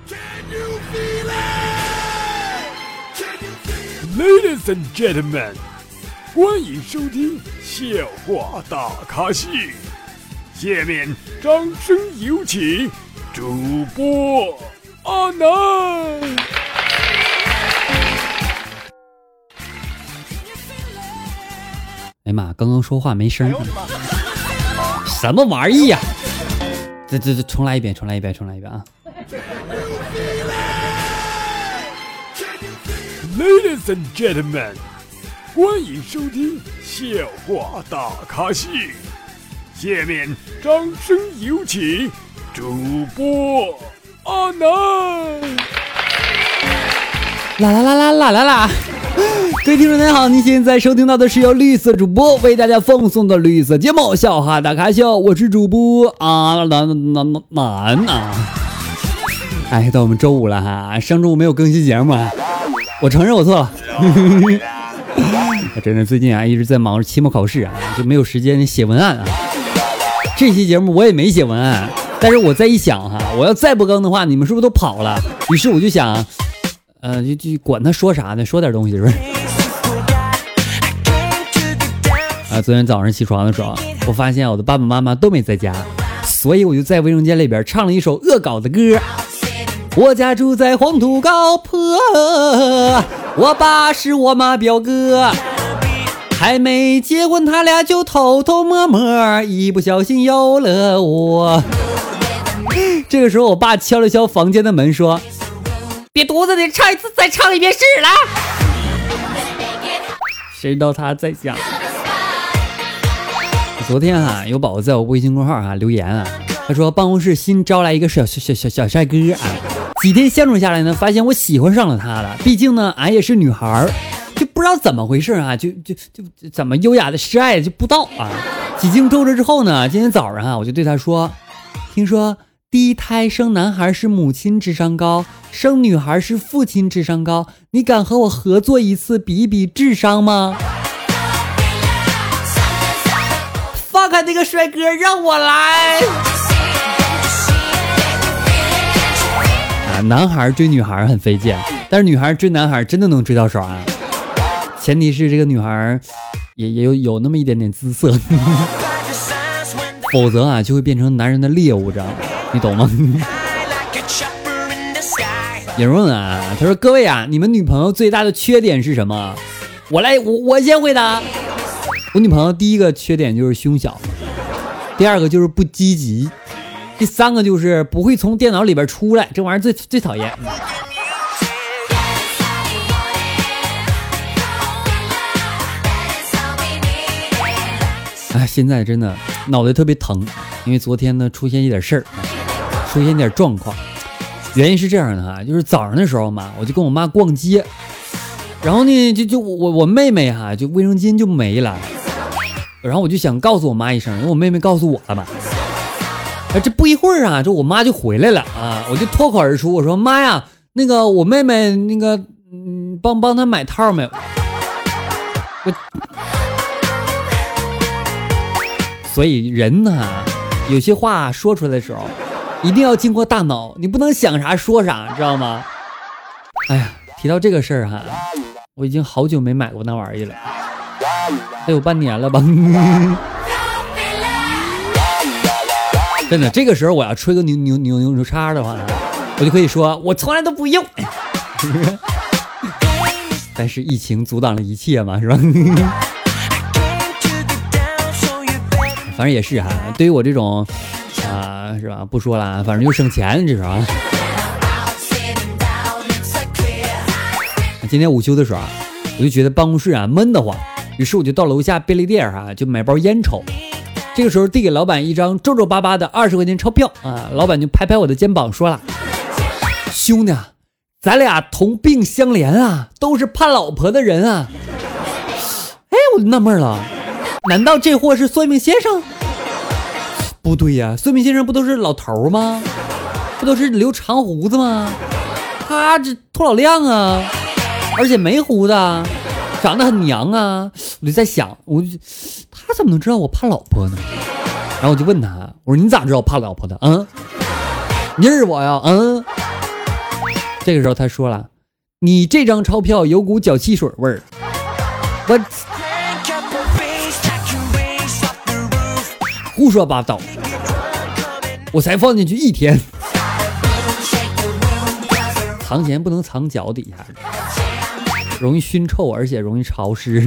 Ladies and gentlemen， 欢迎收听笑话大咖秀。下面掌声有请主播阿南。 哎妈，刚刚说话没声，什么玩意呀？这重来一遍啊！ Ladies and gentlemen， 欢迎收听笑话大咖秀。下面掌声有请主播阿南。 啦！各位听众大家好，您现在收听到的是由绿色主播为大家奉送的绿色节目笑话大咖秀，我是主播阿南啊。哎，到我们周五了哈，上周五没有更新节目啊，我承认我错了。真的最近啊一直在忙着期末考试啊，就没有时间写文案啊。这期节目我也没写文案，但是我再一想哈，我要再不更的话，你们是不是都跑了？于是我就想，就管他说啥呢，说点东西是不是？啊，昨天早上起床的时候，我发现我的爸爸妈妈都没在家，所以我就在卫生间里边唱了一首恶搞的歌。我家住在黄土高坡，我爸是我妈表哥，还没结婚他俩就偷偷摸摸，一不小心有了我。这个时候我爸敲了敲房间的门说，别犊子你唱一次再唱一遍试了。谁知道他在家。昨天啊，有宝宝在我微信公号啊留言啊，他说办公室新招来一个小帅哥啊，几天相处下来呢，发现我喜欢上了他了。毕竟呢，俺也是女孩，就不知道怎么回事啊，就怎么优雅的示爱就不到啊。几经周折之后呢，今天早上啊，我就对他说，听说第一胎生男孩是母亲智商高，生女孩是父亲智商高，你敢和我合作一次比一比智商吗？放开那个帅哥，让我来。男孩追女孩很费劲，但是女孩追男孩真的能追到手啊！前提是这个女孩也有那么一点点姿色，否则啊就会变成男人的猎物，知道吗？你懂吗？有人问啊，他说各位啊，你们女朋友最大的缺点是什么？我先回答。我女朋友第一个缺点就是胸小，第二个就是不积极，第三个就是不会从电脑里边出来，这玩意儿最讨厌。哎，现在真的脑袋特别疼，因为昨天呢出现一点事儿，出现一点状况。原因是这样的哈，就是早上的时候嘛，我就跟我妈逛街，然后呢就我妹妹哈，就卫生巾就没了，然后我就想告诉我妈一声，因为我妹妹告诉我了嘛。这不一会儿啊，这我妈就回来了啊，我就脱口而出，我说妈呀，那个我妹妹那个帮她买套没有？所以人呢，有些话说出来的时候一定要经过大脑，你不能想啥说啥，知道吗？哎呀，提到这个事儿哈，我已经好久没买过那玩意了，得有半年了吧。真的，这个时候我要吹个牛叉的话，我就可以说我从来都不用，是不是？但是疫情阻挡了一切嘛，是吧？反正也是哈，对于我这种是吧？不说了，反正就省钱，这是啊。今天午休的时候啊，我就觉得办公室啊闷得慌，于是我就到楼下便利店啊，就买包烟抽。这个时候递给老板一张皱皱巴巴的20块钱钞票啊，老板就拍拍我的肩膀说了，兄弟，咱俩同病相怜啊，都是盼老婆的人啊。哎，我就纳闷了，难道这货是算命先生？不对呀，算命先生不都是老头吗？不都是留长胡子吗？他这秃老亮啊，而且没胡子，长得很娘啊。我就在想，他怎么能知道我怕老婆呢？然后我就问他，我说你咋知道我怕老婆的？你认识我呀？ 这个时候他说了，你这张钞票有股脚汽水味儿。我胡说八道，我才放进去1天。藏钱不能藏脚底下，容易熏臭，而且容易潮湿。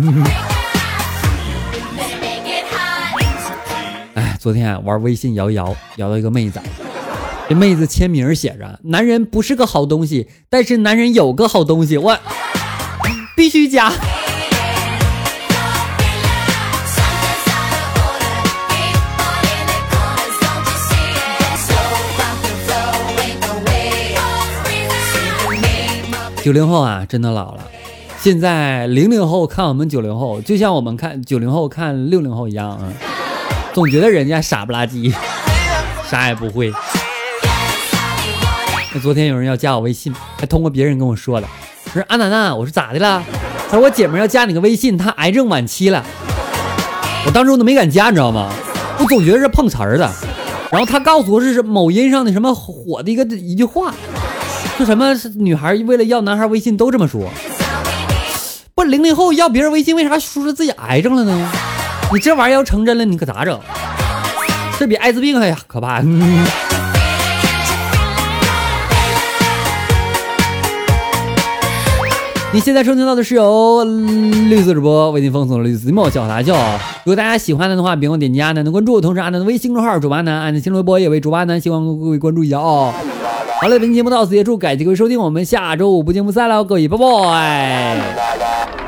哎，昨天玩微信摇到一个妹子，这妹子签名写着男人不是个好东西，但是男人有个好东西，我必须加。90后啊，真的老了。现在00后看我们90后，就像我们看90后看60后一样啊，总觉得人家傻不拉几，啥也不会。那昨天有人要加我微信，还通过别人跟我说的，说阿楠呐，我说咋的了？他说我姐妹要加你个微信，她癌症晚期了。我当时我都没敢加，你知道吗？我总觉得是碰瓷儿的。然后他告诉我是某音上的什么火的一句话。说什么女孩为了要男孩微信都这么说，不00后要别人微信为啥说自己癌症了呢？你这玩意儿要成真了你可咋整？这比艾滋病还可怕。你现在收听到的是由绿色直播为您奉送的绿色字幕小大笑。如果大家喜欢的话，别忘点击阿南的关注，同时阿南的微信公众号主播阿南，阿南新浪微博也为主播阿南，希望各位关注一下哦。好了，本期节目到此结束，感谢各位收听，我们下周5不见不散了，各位拜拜。